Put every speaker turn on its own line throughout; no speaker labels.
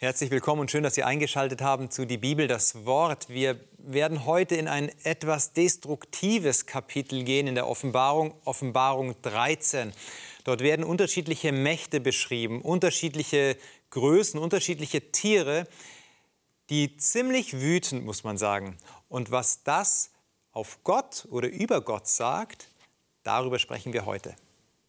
Herzlich willkommen und schön, dass Sie eingeschaltet haben zu Die Bibel, das Wort. Wir werden heute in ein etwas destruktives Kapitel gehen in der Offenbarung, Offenbarung 13. Dort werden unterschiedliche Mächte beschrieben, unterschiedliche Größen, unterschiedliche Tiere, die ziemlich wütend, muss man sagen. Und was das auf Gott oder über Gott sagt, darüber sprechen wir heute.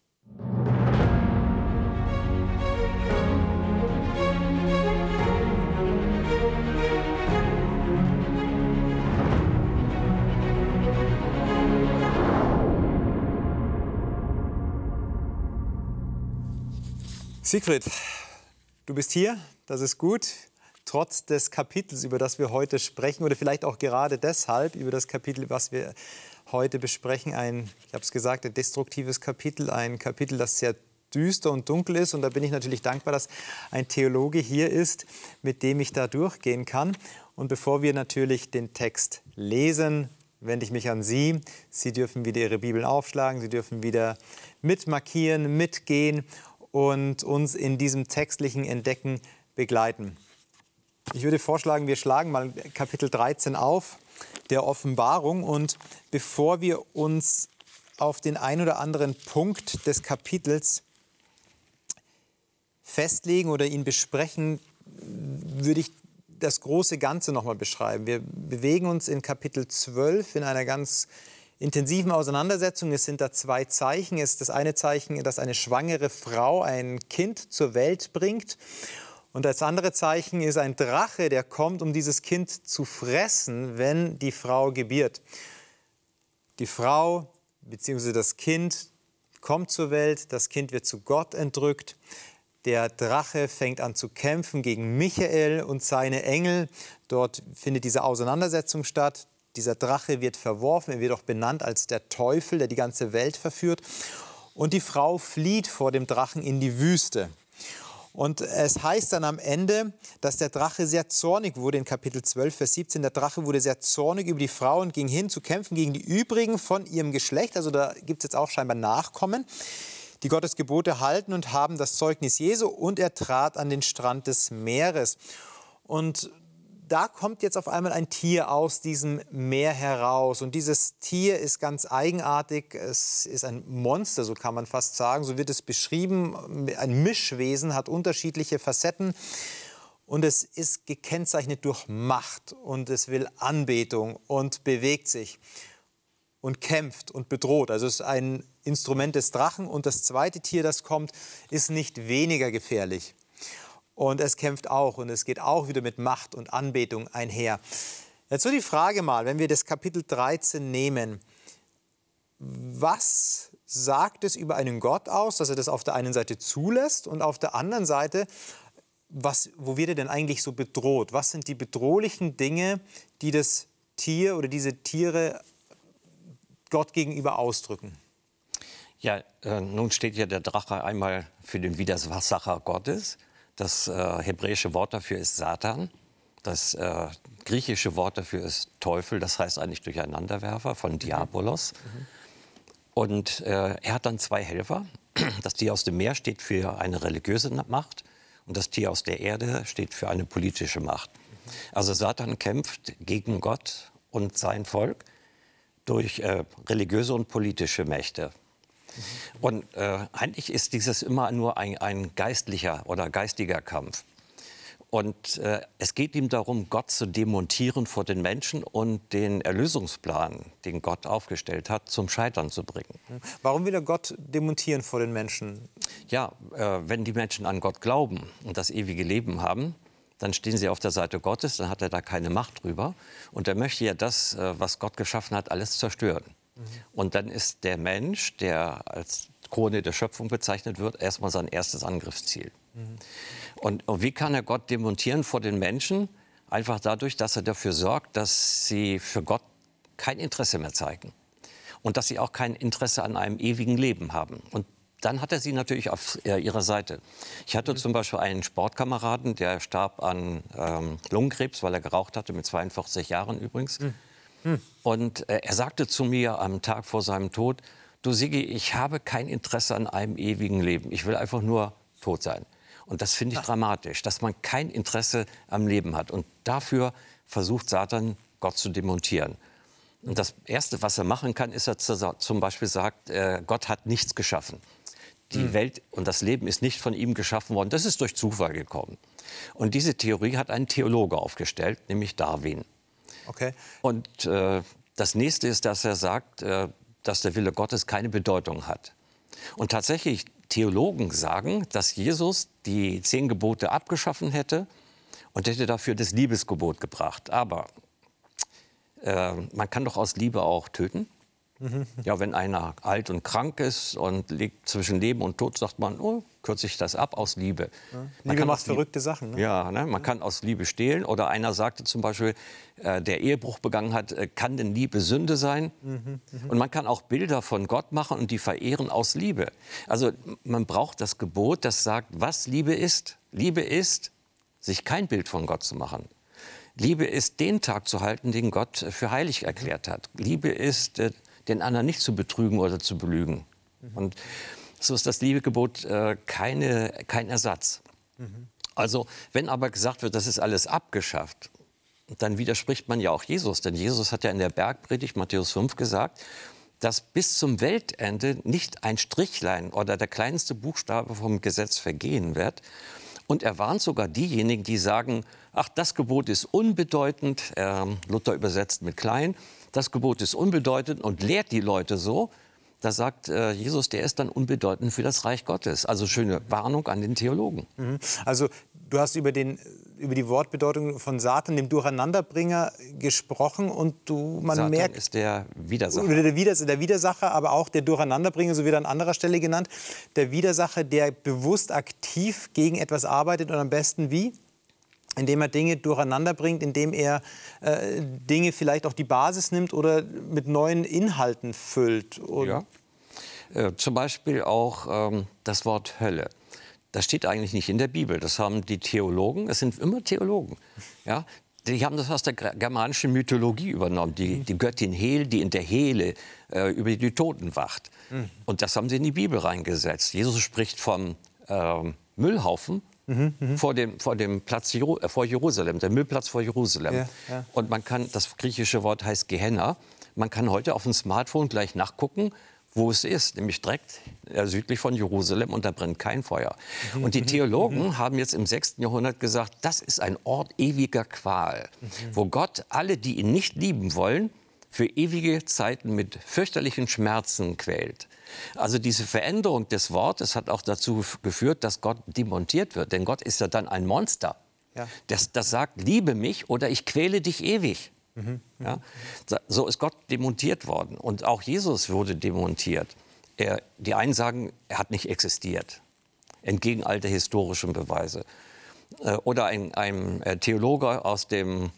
Siegfried, du bist hier, das ist gut, trotz des Kapitels, über das wir heute sprechen, oder vielleicht auch gerade deshalb über das Kapitel, was wir heute besprechen, ich habe es gesagt, ein destruktives Kapitel, ein Kapitel, das sehr düster und dunkel ist. Und da bin ich natürlich dankbar, dass ein Theologe hier ist, mit dem ich da durchgehen kann. Und bevor wir natürlich den Text lesen, wende ich mich an Sie. Sie dürfen wieder Ihre Bibeln aufschlagen, Sie dürfen wieder mitmarkieren, mitgehen und uns in diesem textlichen Entdecken begleiten. Ich würde vorschlagen, wir schlagen mal Kapitel 13 auf, der Offenbarung. Und bevor wir uns auf den ein oder anderen Punkt des Kapitels festlegen oder ihn besprechen, würde ich das große Ganze nochmal beschreiben. Wir bewegen uns in Kapitel 12 in einer ganz intensiven Auseinandersetzung. Es sind da zwei Zeichen. Es ist das eine Zeichen, dass eine schwangere Frau ein Kind zur Welt bringt. Und das andere Zeichen ist ein Drache, der kommt, um dieses Kind zu fressen, wenn die Frau gebiert. Die Frau bzw. das Kind kommt zur Welt, das Kind wird zu Gott entrückt. Der Drache fängt an zu kämpfen gegen Michael und seine Engel. Dort findet diese Auseinandersetzung statt. Dieser Drache wird verworfen, er wird auch benannt als der Teufel, der die ganze Welt verführt. Und die Frau flieht vor dem Drachen in die Wüste. Und es heißt dann am Ende, dass der Drache sehr zornig wurde, in Kapitel 12, Vers 17. Der Drache wurde sehr zornig über die Frau und ging hin zu kämpfen gegen die übrigen von ihrem Geschlecht. Also da gibt es jetzt auch scheinbar Nachkommen, die Gottes Gebote halten und haben das Zeugnis Jesu. Und er trat an den Strand des Meeres. Und da kommt jetzt auf einmal ein Tier aus diesem Meer heraus. Und dieses Tier ist ganz eigenartig. Es ist ein Monster, so kann man fast sagen. So wird es beschrieben. Ein Mischwesen, hat unterschiedliche Facetten. Und es ist gekennzeichnet durch Macht. Und es will Anbetung und bewegt sich und kämpft und bedroht. Also es ist ein Instrument des Drachen. Und das zweite Tier, das kommt, ist nicht weniger gefährlich. Und es kämpft auch und es geht auch wieder mit Macht und Anbetung einher. Jetzt so die Frage mal, wenn wir das Kapitel 13 nehmen, was sagt es über einen Gott aus, dass er das auf der einen Seite zulässt und auf der anderen Seite, wo wird er denn eigentlich so bedroht? Was sind die bedrohlichen Dinge, die das Tier oder diese Tiere Gott gegenüber ausdrücken?
Ja, nun steht ja der Drache einmal für den Widersacher Gottes. Das hebräische Wort dafür ist Satan. Das griechische Wort dafür ist Teufel. Das heißt eigentlich Durcheinanderwerfer von Diabolos. Und er hat dann zwei Helfer. Das Tier aus dem Meer steht für eine religiöse Macht. Und das Tier aus der Erde steht für eine politische Macht. Also Satan kämpft gegen Gott und sein Volk durch religiöse und politische Mächte. Und eigentlich ist dieses immer nur ein geistlicher oder geistiger Kampf. Und es geht ihm darum, Gott zu demontieren vor den Menschen und den Erlösungsplan, den Gott aufgestellt hat, zum Scheitern zu bringen.
Warum will er Gott demontieren vor den Menschen?
Ja, wenn die Menschen an Gott glauben und das ewige Leben haben, dann stehen sie auf der Seite Gottes, dann hat er da keine Macht drüber. Und er möchte ja das, was Gott geschaffen hat, alles zerstören. Und dann ist der Mensch, der als Krone der Schöpfung bezeichnet wird, erstmal sein erstes Angriffsziel. Und wie kann er Gott demontieren vor den Menschen? Einfach dadurch, dass er dafür sorgt, dass sie für Gott kein Interesse mehr zeigen. Und dass sie auch kein Interesse an einem ewigen Leben haben. Und dann hat er sie natürlich auf ihrer Seite. Ich hatte zum Beispiel einen Sportkameraden, der starb an Lungenkrebs, weil er geraucht hatte, mit 42 Jahren übrigens. Und er sagte zu mir am Tag vor seinem Tod, du Sigi, ich habe kein Interesse an einem ewigen Leben. Ich will einfach nur tot sein. Und das finde ich dramatisch, dass man kein Interesse am Leben hat. Und dafür versucht Satan, Gott zu demontieren. Und das Erste, was er machen kann, ist, dass er zum Beispiel sagt, Gott hat nichts geschaffen. Die Welt und das Leben ist nicht von ihm geschaffen worden. Das ist durch Zufall gekommen. Und diese Theorie hat ein Theologe aufgestellt, nämlich Darwin.
Okay.
Und das Nächste ist, dass er sagt, dass der Wille Gottes keine Bedeutung hat. Und tatsächlich, Theologen sagen, dass Jesus die 10 Gebote abgeschaffen hätte und hätte dafür das Liebesgebot gebracht. Aber man kann doch aus Liebe auch töten. Ja, wenn einer alt und krank ist und liegt zwischen Leben und Tod, sagt man, oh, kürze ich das ab aus Liebe.
Ja. Liebe macht verrückte Sachen. Ne?
Ja, ne? Man kann aus Liebe stehlen. Oder einer sagte zum Beispiel, der Ehebruch begangen hat, kann denn Liebe Sünde sein? Und man kann auch Bilder von Gott machen und die verehren aus Liebe. Also man braucht das Gebot, das sagt, was Liebe ist. Liebe ist, sich kein Bild von Gott zu machen. Liebe ist, den Tag zu halten, den Gott für heilig erklärt hat. Liebe ist, den anderen nicht zu betrügen oder zu belügen. Und so ist das Liebegebot kein Ersatz. Also, wenn aber gesagt wird, das ist alles abgeschafft, dann widerspricht man ja auch Jesus. Denn Jesus hat ja in der Bergpredigt, Matthäus 5, gesagt, dass bis zum Weltende nicht ein Strichlein oder der kleinste Buchstabe vom Gesetz vergehen wird. Und er warnt sogar diejenigen, die sagen, ach, das Gebot ist unbedeutend, Luther übersetzt mit klein, das Gebot ist unbedeutend und lehrt die Leute so. Da sagt Jesus, der ist dann unbedeutend für das Reich Gottes. Also schöne Warnung an den Theologen.
Also du hast über die Wortbedeutung von Satan, dem Durcheinanderbringer, gesprochen und man
Satan
merkt,
ist der Widersacher.
Der Widersacher, aber auch der Durcheinanderbringer, so wird er an anderer Stelle genannt. Der Widersacher, der bewusst aktiv gegen etwas arbeitet und am besten wie? Indem er Dinge durcheinander bringt, indem er Dinge vielleicht auch die Basis nimmt oder mit neuen Inhalten füllt. Und
Ja. Zum Beispiel auch das Wort Hölle. Das steht eigentlich nicht in der Bibel. Das haben die Theologen, es sind immer Theologen, ja, die haben das aus der germanischen Mythologie übernommen. Die Göttin Hel, die in der Hele über die Toten wacht. Und das haben sie in die Bibel reingesetzt. Jesus spricht vom Müllhaufen. Vor Jerusalem, der Müllplatz vor Jerusalem.
Ja, ja.
Und man kann, das griechische Wort heißt Gehenna, man kann heute auf dem Smartphone gleich nachgucken, wo es ist, nämlich direkt südlich von Jerusalem und da brennt kein Feuer. Und die Theologen haben jetzt im 6. Jahrhundert gesagt, das ist ein Ort ewiger Qual, wo Gott alle, die ihn nicht lieben wollen, für ewige Zeiten mit fürchterlichen Schmerzen quält. Also diese Veränderung des Wortes hat auch dazu geführt, dass Gott demontiert wird. Denn Gott ist ja dann ein Monster. Ja. Das sagt, liebe mich oder ich quäle dich ewig. Ja? So ist Gott demontiert worden. Und auch Jesus wurde demontiert. Die einen sagen, er hat nicht existiert. Entgegen all der historischen Beweise. Oder ein Theologe aus dem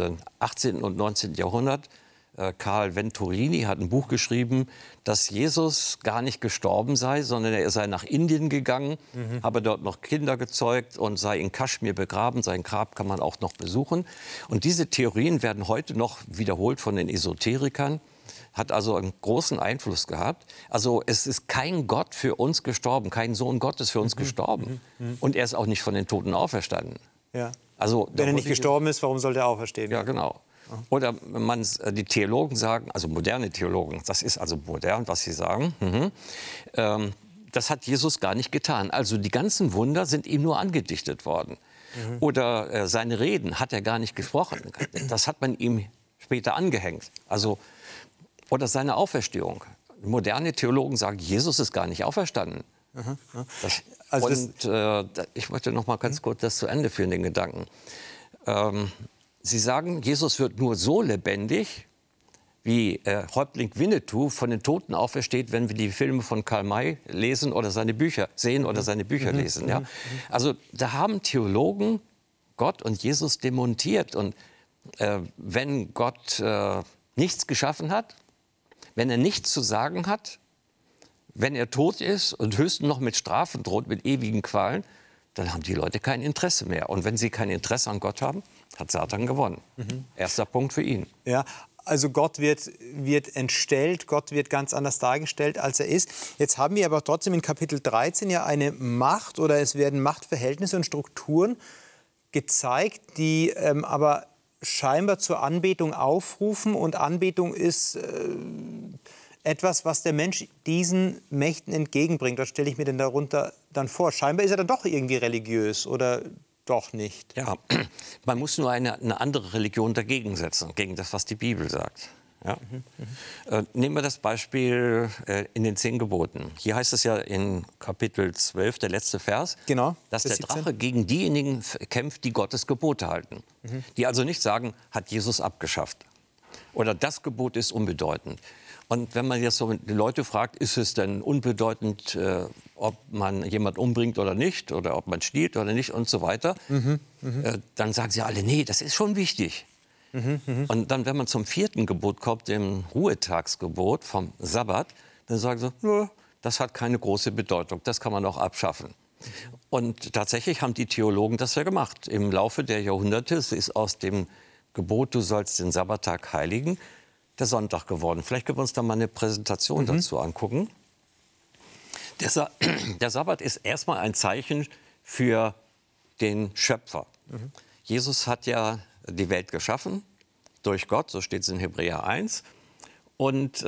18. und 19. Jahrhundert, Karl Venturini, hat ein Buch geschrieben, dass Jesus gar nicht gestorben sei, sondern er sei nach Indien gegangen, habe dort noch Kinder gezeugt und sei in Kaschmir begraben. Sein Grab kann man auch noch besuchen. Und diese Theorien werden heute noch wiederholt von den Esoterikern. Hat also einen großen Einfluss gehabt. Also es ist kein Gott für uns gestorben, kein Sohn Gottes für uns gestorben. Und er ist auch nicht von den Toten auferstanden.
Ja.
Also,
wenn er nicht gestorben ist, warum sollte er auferstehen?
Ja, genau. Oder die Theologen sagen, also moderne Theologen, das ist also modern, was sie sagen, das hat Jesus gar nicht getan. Also die ganzen Wunder sind ihm nur angedichtet worden. Oder seine Reden hat er gar nicht gesprochen. Das hat man ihm später angehängt. Also, oder seine Auferstehung. Moderne Theologen sagen, Jesus ist gar nicht auferstanden. Ich möchte noch mal ganz kurz das zu Ende führen, den Gedanken. Sie sagen, Jesus wird nur so lebendig, wie Häuptling Winnetou von den Toten aufersteht, wenn wir die Filme von Karl May lesen oder seine Bücher sehen oder seine Bücher lesen. Ja? Also da haben Theologen Gott und Jesus demontiert. Und wenn Gott nichts geschaffen hat, wenn er nichts zu sagen hat, wenn er tot ist und höchstens noch mit Strafen droht, mit ewigen Qualen, dann haben die Leute kein Interesse mehr. Und wenn sie kein Interesse an Gott haben, hat Satan gewonnen. Erster Punkt für ihn.
Ja, Also Gott wird entstellt, Gott wird ganz anders dargestellt, als er ist. Jetzt haben wir aber trotzdem in Kapitel 13 ja eine Macht oder es werden Machtverhältnisse und Strukturen gezeigt, die aber scheinbar zur Anbetung aufrufen. Und Anbetung ist etwas, was der Mensch diesen Mächten entgegenbringt. Was stelle ich mir denn darunter dann vor? Scheinbar ist er dann doch irgendwie religiös oder doch nicht?
Ja, man muss nur eine andere Religion dagegen setzen, gegen das, was die Bibel sagt. Ja? Nehmen wir das Beispiel in den 10 Geboten. Hier heißt es ja in Kapitel 12, der letzte Vers,
genau,
dass der Drache gegen diejenigen kämpft, die Gottes Gebote halten. Die also nicht sagen, hat Jesus abgeschafft. Oder das Gebot ist unbedeutend. Und wenn man jetzt so die Leute fragt, ist es denn unbedeutend, ob man jemand umbringt oder nicht, oder ob man stiehlt oder nicht und so weiter, dann sagen sie alle, nee, das ist schon wichtig. Und dann, wenn man zum 4. Gebot kommt, dem Ruhetagsgebot vom Sabbat, dann sagen sie, nö, das hat keine große Bedeutung, das kann man auch abschaffen. Und tatsächlich haben die Theologen das ja gemacht. Im Laufe der Jahrhunderte ist aus dem Gebot, du sollst den Sabbattag heiligen, der Sonntag geworden. Vielleicht können wir uns da mal eine Präsentation dazu angucken. Der Sabbat ist erstmal ein Zeichen für den Schöpfer. Jesus hat ja die Welt geschaffen durch Gott, so steht es in Hebräer 1. Und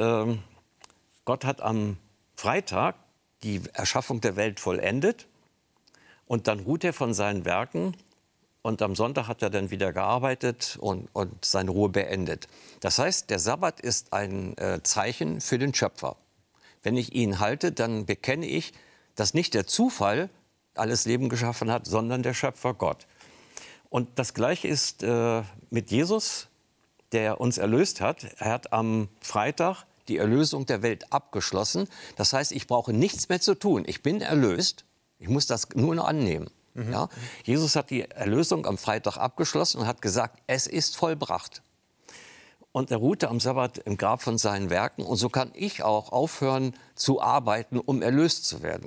Gott hat am Freitag die Erschaffung der Welt vollendet und dann ruht er von seinen Werken. Und am Sonntag hat er dann wieder gearbeitet und seine Ruhe beendet. Das heißt, der Sabbat ist ein Zeichen für den Schöpfer. Wenn ich ihn halte, dann bekenne ich, dass nicht der Zufall alles Leben geschaffen hat, sondern der Schöpfer Gott. Und das Gleiche ist mit Jesus, der uns erlöst hat. Er hat am Freitag die Erlösung der Welt abgeschlossen. Das heißt, ich brauche nichts mehr zu tun. Ich bin erlöst. Ich muss das nur noch annehmen. Ja? Jesus hat die Erlösung am Freitag abgeschlossen und hat gesagt, es ist vollbracht. Und er ruhte am Sabbat im Grab von seinen Werken. Und so kann ich auch aufhören zu arbeiten, um erlöst zu werden.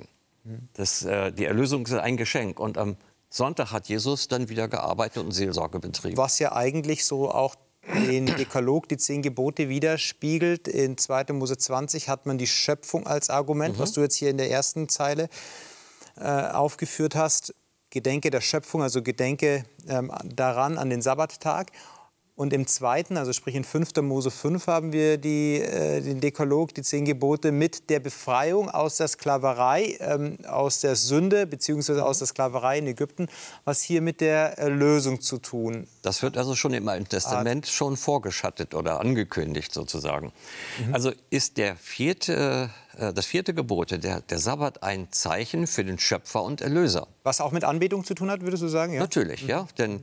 Die Erlösung ist ein Geschenk. Und am Sonntag hat Jesus dann wieder gearbeitet und Seelsorge betrieben.
Was ja eigentlich so auch den Dekalog, die 10 Gebote widerspiegelt. In 2. Mose 20 hat man die Schöpfung als Argument, was du jetzt hier in der ersten Zeile aufgeführt hast. Gedenke der Schöpfung, also gedenke daran, an den Sabbattag. Und im 2., also sprich in 5. Mose 5, haben wir den Dekalog, die 10 Gebote mit der Befreiung aus der Sklaverei, aus der Sünde bzw. aus der Sklaverei in Ägypten, was hier mit der Erlösung zu tun.
Das wird also schon im Alten Testament schon vorgeschattet oder angekündigt sozusagen. Also ist das 4. Gebot, der Sabbat, ein Zeichen für den Schöpfer und Erlöser.
Was auch mit Anbetung zu tun hat, würdest du sagen? Ja?
Natürlich, ja, denn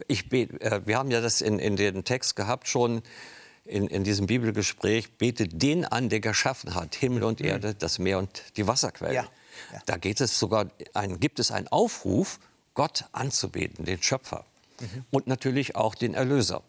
wir haben ja das in dem Text gehabt, schon in diesem Bibelgespräch, betet den an, der geschaffen hat, Himmel und Erde, das Meer und die Wasserquellen. Ja. Ja. Da gibt es einen Aufruf, Gott anzubeten, den Schöpfer. Und natürlich auch den Erlöser.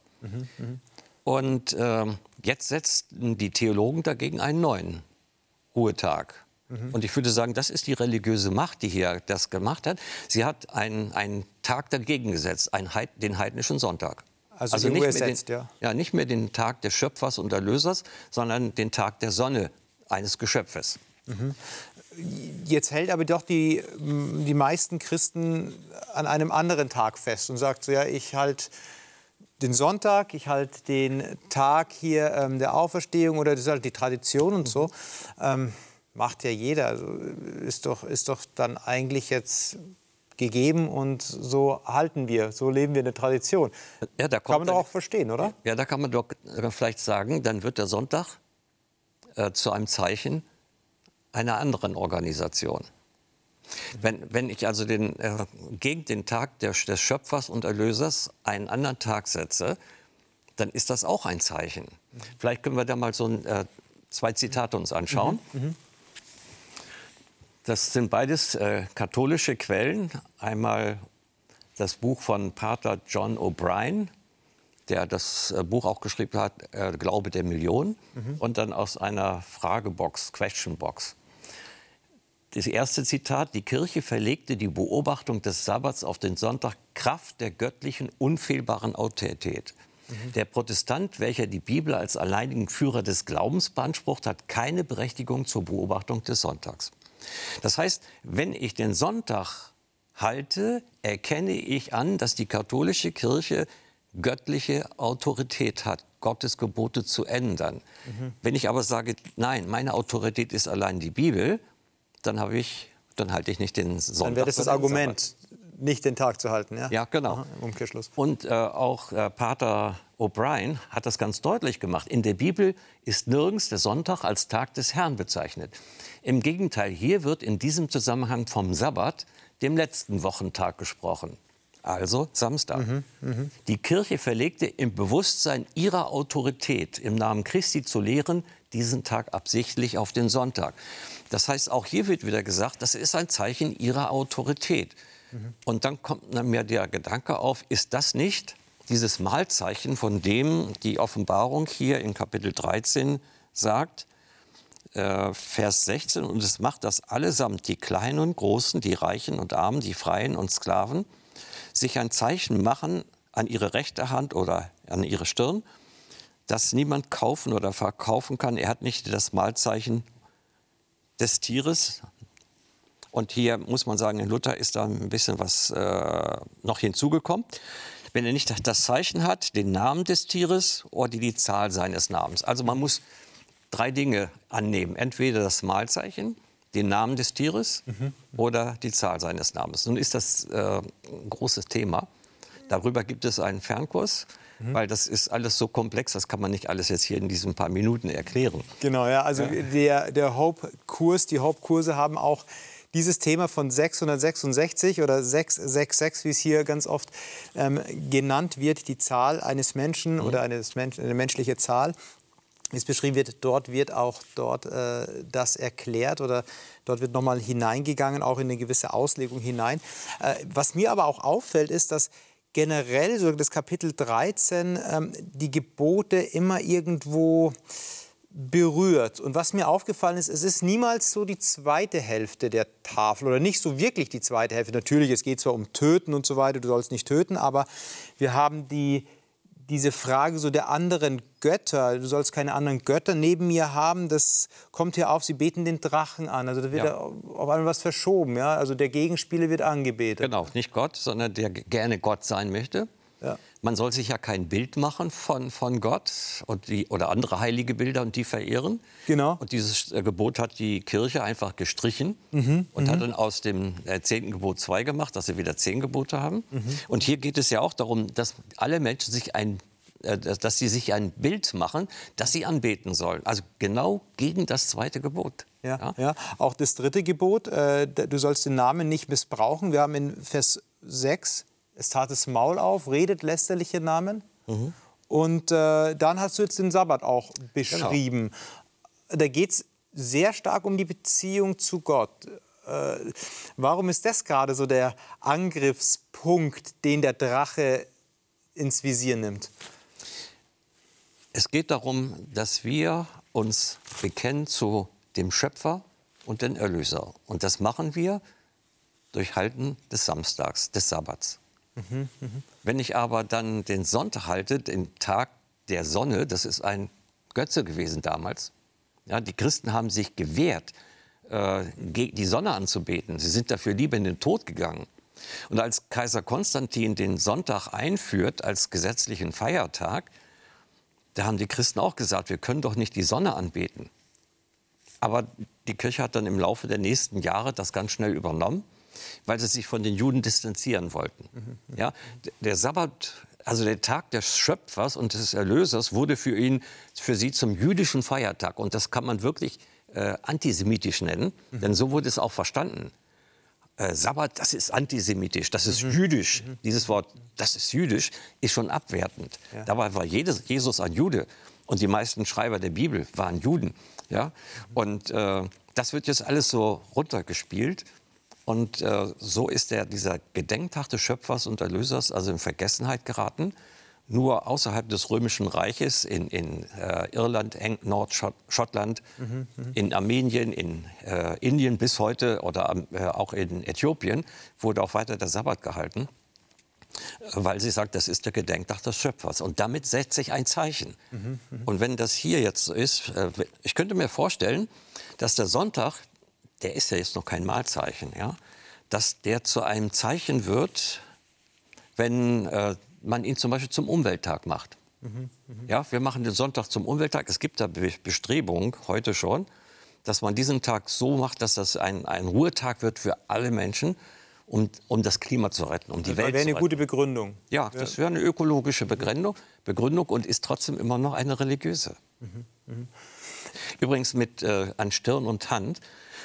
Und jetzt setzten die Theologen dagegen einen neuen Ruhetag. Und ich würde sagen, das ist die religiöse Macht, die hier das gemacht hat. Sie hat einen Tag dagegen gesetzt, den heidnischen Sonntag.
Also
nicht mehr den Tag des Schöpfers und Erlösers, sondern den Tag der Sonne eines Geschöpfes.
Jetzt hält aber doch die meisten Christen an einem anderen Tag fest und sagt so, ja, ich halte den Sonntag, ich halte den Tag hier der Auferstehung oder das ist halt die Tradition und so. Macht ja jeder. Also ist doch dann eigentlich jetzt gegeben und so halten wir, so leben wir eine Tradition. Ja, kann man doch auch verstehen, oder?
Ja, da kann man doch vielleicht sagen, dann wird der Sonntag zu einem Zeichen einer anderen Organisation. Wenn ich also gegen den Tag des Schöpfers und Erlösers einen anderen Tag setze, dann ist das auch ein Zeichen. Vielleicht können wir da mal so 2 Zitate uns anschauen. Das sind beides katholische Quellen. Einmal das Buch von Pater John O'Brien, der das Buch auch geschrieben hat, Glaube der Millionen. Und dann aus einer Fragebox, Questionbox. Das erste Zitat: Die Kirche verlegte die Beobachtung des Sabbats auf den Sonntag Kraft der göttlichen, unfehlbaren Autorität. Der Protestant, welcher die Bibel als alleinigen Führer des Glaubens beansprucht, hat keine Berechtigung zur Beobachtung des Sonntags. Das heißt, wenn ich den Sonntag halte, erkenne ich an, dass die katholische Kirche göttliche Autorität hat, Gottes Gebote zu ändern. Wenn ich aber sage, nein, meine Autorität ist allein die Bibel, dann halte ich nicht den Sonntag.
Dann wäre das Argument, nicht den Tag zu halten. Ja,
ja genau.
Aha, im Umkehrschluss.
Und auch Pater O'Brien hat das ganz deutlich gemacht. In der Bibel ist nirgends der Sonntag als Tag des Herrn bezeichnet. Im Gegenteil, hier wird in diesem Zusammenhang vom Sabbat, dem letzten Wochentag, gesprochen. Also Samstag. Die Kirche verlegte im Bewusstsein ihrer Autorität, im Namen Christi zu lehren, diesen Tag absichtlich auf den Sonntag. Das heißt, auch hier wird wieder gesagt, das ist ein Zeichen ihrer Autorität. Und dann kommt mir der Gedanke auf, ist das nicht dieses Mahlzeichen, von dem die Offenbarung hier in Kapitel 13 sagt, Vers 16, und es macht das allesamt, die Kleinen und Großen, die Reichen und Armen, die Freien und Sklaven, sich ein Zeichen machen an ihre rechte Hand oder an ihre Stirn, das niemand kaufen oder verkaufen kann. Er hat nicht das Mahlzeichen des Tieres. Und hier muss man sagen, in Luther ist da ein bisschen was noch hinzugekommen. Wenn er nicht das Zeichen hat, den Namen des Tieres oder die Zahl seines Namens. Also man muss 3 Dinge annehmen. Entweder das Mahlzeichen, den Namen des Tieres oder die Zahl seines Namens. Nun ist das ein großes Thema. Darüber gibt es einen Fernkurs, weil das ist alles so komplex, das kann man nicht alles jetzt hier in diesen paar Minuten erklären.
Genau, ja, also der Hope-Kurs, die Hope-Kurse haben auch dieses Thema von 666 oder 666, wie es hier ganz oft genannt wird, die Zahl eines Menschen oder eine menschliche Zahl, wie es beschrieben wird, dort wird auch das erklärt oder dort wird nochmal hineingegangen, auch in eine gewisse Auslegung hinein. Was mir aber auch auffällt, ist, dass generell so das Kapitel 13 die Gebote immer irgendwo berührt. Und was mir aufgefallen ist, es ist niemals so die zweite Hälfte der Tafel oder nicht so wirklich die zweite Hälfte. Natürlich, es geht zwar um Töten und so weiter, du sollst nicht töten, aber wir haben diese Frage so der anderen Götter, du sollst keine anderen Götter neben mir haben, das kommt hier auf, sie beten den Drachen an, also da wird auf einmal was verschoben, ja? Also der Gegenspieler wird angebetet.
Genau, nicht Gott, sondern der gerne Gott sein möchte. Ja. Man soll sich ja kein Bild machen von Gott oder andere heilige Bilder und die verehren.
Genau.
Und dieses Gebot hat die Kirche einfach gestrichen und hat dann aus dem 10. Gebot 2 gemacht, dass sie wieder 10 Gebote haben. Und hier geht es ja auch darum, dass alle Menschen sich ein Bild machen, das sie anbeten sollen. Also genau gegen das 2. Gebot.
Ja. Auch das 3. Gebot, du sollst den Namen nicht missbrauchen. Wir haben in Vers 6, es tat das Maul auf, redet lästerliche Namen. Und dann hast du jetzt den Sabbat auch beschrieben. Genau. Da geht es sehr stark um die Beziehung zu Gott. Warum ist das gerade so der Angriffspunkt, den der Drache ins Visier nimmt?
Es geht darum, dass wir uns bekennen zu dem Schöpfer und dem Erlöser. Und das machen wir durch Halten des Samstags, des Sabbats. Wenn ich aber dann den Sonntag halte, den Tag der Sonne, das ist ein Götze gewesen damals. Ja, die Christen haben sich gewehrt, die Sonne anzubeten. Sie sind dafür lieber in den Tod gegangen. Und als Kaiser Konstantin den Sonntag einführt als gesetzlichen Feiertag, da haben die Christen auch gesagt, wir können doch nicht die Sonne anbeten. Aber die Kirche hat dann im Laufe der nächsten Jahre das ganz schnell übernommen, weil sie sich von den Juden distanzieren wollten. Ja, der Sabbat, also der Tag des Schöpfers und des Erlösers, wurde für sie zum jüdischen Feiertag. Und das kann man wirklich antisemitisch nennen, denn so wurde es auch verstanden. Sabbat, das ist antisemitisch, das ist jüdisch. Dieses Wort, das ist jüdisch, ist schon abwertend. Ja. Dabei war Jesus ein Jude und die meisten Schreiber der Bibel waren Juden. Ja? Und das wird jetzt alles so runtergespielt. Und so ist dieser Gedenktag des Schöpfers und Erlösers also in Vergessenheit geraten. Nur außerhalb des Römischen Reiches, in Irland, Nordschottland, in Armenien, in Indien bis heute oder auch in Äthiopien, wurde auch weiter der Sabbat gehalten. weil sie sagt, das ist der Gedenktag des Schöpfers. Und damit setzt sich ein Zeichen. Und wenn das hier jetzt so ist, ich könnte mir vorstellen, dass der Sonntag, der ist ja jetzt noch kein Malzeichen, ja, dass der zu einem Zeichen wird, wenn man ihn zum Beispiel zum Umwelttag macht. Ja, wir machen den Sonntag zum Umwelttag. Es gibt da Bestrebungen, heute schon, dass man diesen Tag so macht, dass das ein Ruhetag wird für alle Menschen, um das Klima zu retten, um die Welt zu retten.
Das wäre eine gute Begründung.
Ja, das wäre eine ökologische Begründung und ist trotzdem immer noch eine religiöse. Übrigens an Stirn und Hand,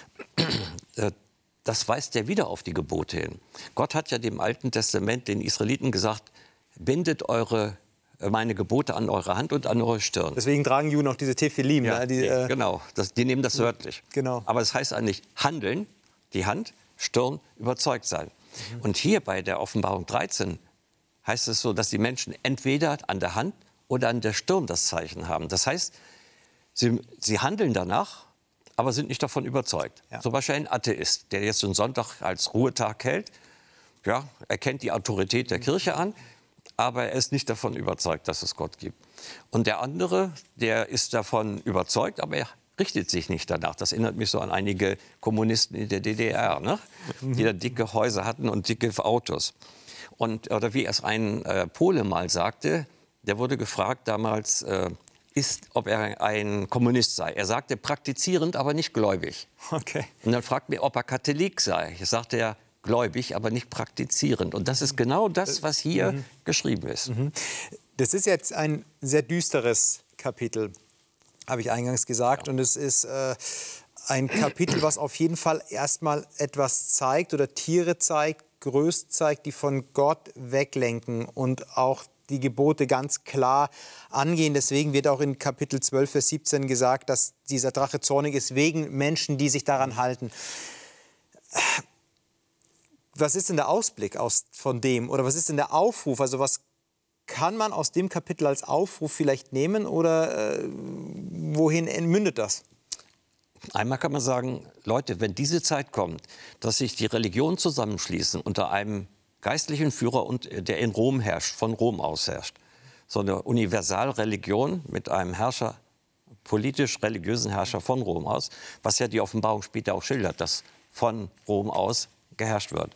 das weist ja wieder auf die Gebote hin. Gott hat ja dem Alten Testament den Israeliten gesagt, bindet meine Gebote an eure Hand und an eure Stirn.
Deswegen tragen Juden auch diese Tephilim.
Ja,
ne?
Genau, die nehmen das wörtlich.
Genau.
Aber es heißt eigentlich handeln, die Hand, Stirn, überzeugt sein. Und hier bei der Offenbarung 13 heißt es so, dass die Menschen entweder an der Hand oder an der Stirn das Zeichen haben. Das heißt, sie handeln danach, aber sind nicht davon überzeugt. Ja. Zum Beispiel ein Atheist, der jetzt den Sonntag als Ruhetag hält, ja, erkennt die Autorität der Kirche an, aber er ist nicht davon überzeugt, dass es Gott gibt. Und der andere, der ist davon überzeugt, aber er richtet sich nicht danach. Das erinnert mich so an einige Kommunisten in der DDR, ne? Die da dicke Häuser hatten und dicke Autos. Oder wie es ein Pole mal sagte, der wurde gefragt damals, ob er ein Kommunist sei. Er sagte, praktizierend, aber nicht gläubig.
Okay.
Und dann fragt mir, ob er Katholik sei. Ich sagte er, gläubig, aber nicht praktizierend. Und das ist genau das, was hier geschrieben ist.
Das ist jetzt ein sehr düsteres Kapitel, habe ich eingangs gesagt. Ja. Und es ist ein Kapitel, was auf jeden Fall erstmal etwas zeigt oder Tiere zeigt, Größe zeigt, die von Gott weglenken und auch die Gebote ganz klar angehen. Deswegen wird auch in Kapitel 12, Vers 17 gesagt, dass dieser Drache zornig ist wegen Menschen, die sich daran halten. Was ist denn der Ausblick von dem? Oder was ist denn der Aufruf? Also was kann man aus dem Kapitel als Aufruf vielleicht nehmen? Oder wohin mündet das?
Einmal kann man sagen, Leute, wenn diese Zeit kommt, dass sich die Religionen zusammenschließen unter einem geistlichen Führer, der in Rom herrscht, von Rom aus herrscht, so eine Universalreligion mit einem Herrscher, politisch-religiösen Herrscher von Rom aus, was ja die Offenbarung später auch schildert, dass von Rom aus geherrscht wird,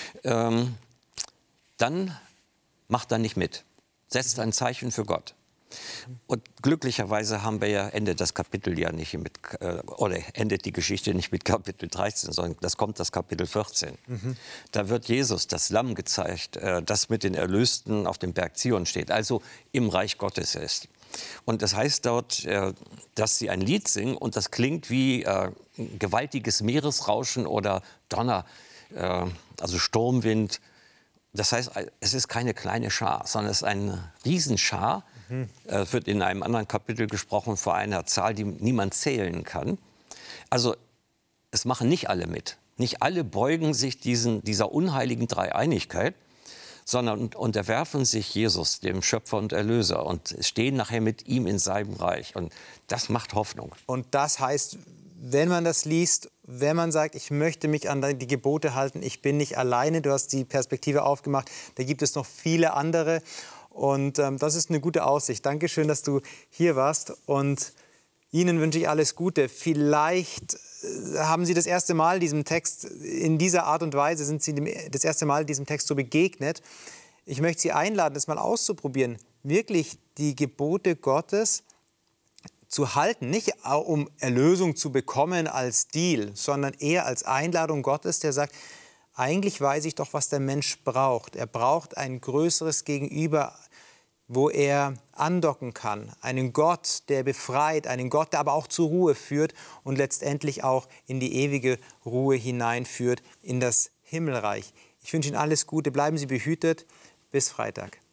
dann macht er nicht mit, setzt ein Zeichen für Gott. Und glücklicherweise haben wir ja endet das Kapitel ja nicht oder endet die Geschichte nicht mit Kapitel 13, sondern das kommt das Kapitel 14. Da wird Jesus, das Lamm, gezeigt, das mit den Erlösten auf dem Berg Zion steht, also im Reich Gottes ist. Und das heißt dort, dass sie ein Lied singen und das klingt wie gewaltiges Meeresrauschen oder Donner, also Sturmwind. Das heißt, es ist keine kleine Schar, sondern es ist eine Riesenschar. Es wird in einem anderen Kapitel gesprochen von einer Zahl, die niemand zählen kann. Also es machen nicht alle mit. Nicht alle beugen sich dieser unheiligen Dreieinigkeit, sondern unterwerfen sich Jesus, dem Schöpfer und Erlöser, und stehen nachher mit ihm in seinem Reich. Und das macht Hoffnung.
Und das heißt, wenn man das liest, wenn man sagt, ich möchte mich an die Gebote halten, ich bin nicht alleine, du hast die Perspektive aufgemacht, da gibt es noch viele andere. Und das ist eine gute Aussicht. Dankeschön, dass du hier warst. Und Ihnen wünsche ich alles Gute. Vielleicht haben Sie das erste Mal diesem Text in dieser Art und Weise, sind Sie das erste Mal diesem Text so begegnet. Ich möchte Sie einladen, das mal auszuprobieren. Wirklich die Gebote Gottes zu halten, nicht um Erlösung zu bekommen als Deal, sondern eher als Einladung Gottes, der sagt, eigentlich weiß ich doch, was der Mensch braucht. Er braucht ein größeres Gegenüber, wo er andocken kann. Einen Gott, der befreit, einen Gott, der aber auch zur Ruhe führt und letztendlich auch in die ewige Ruhe hineinführt, in das Himmelreich. Ich wünsche Ihnen alles Gute, bleiben Sie behütet. Bis Freitag.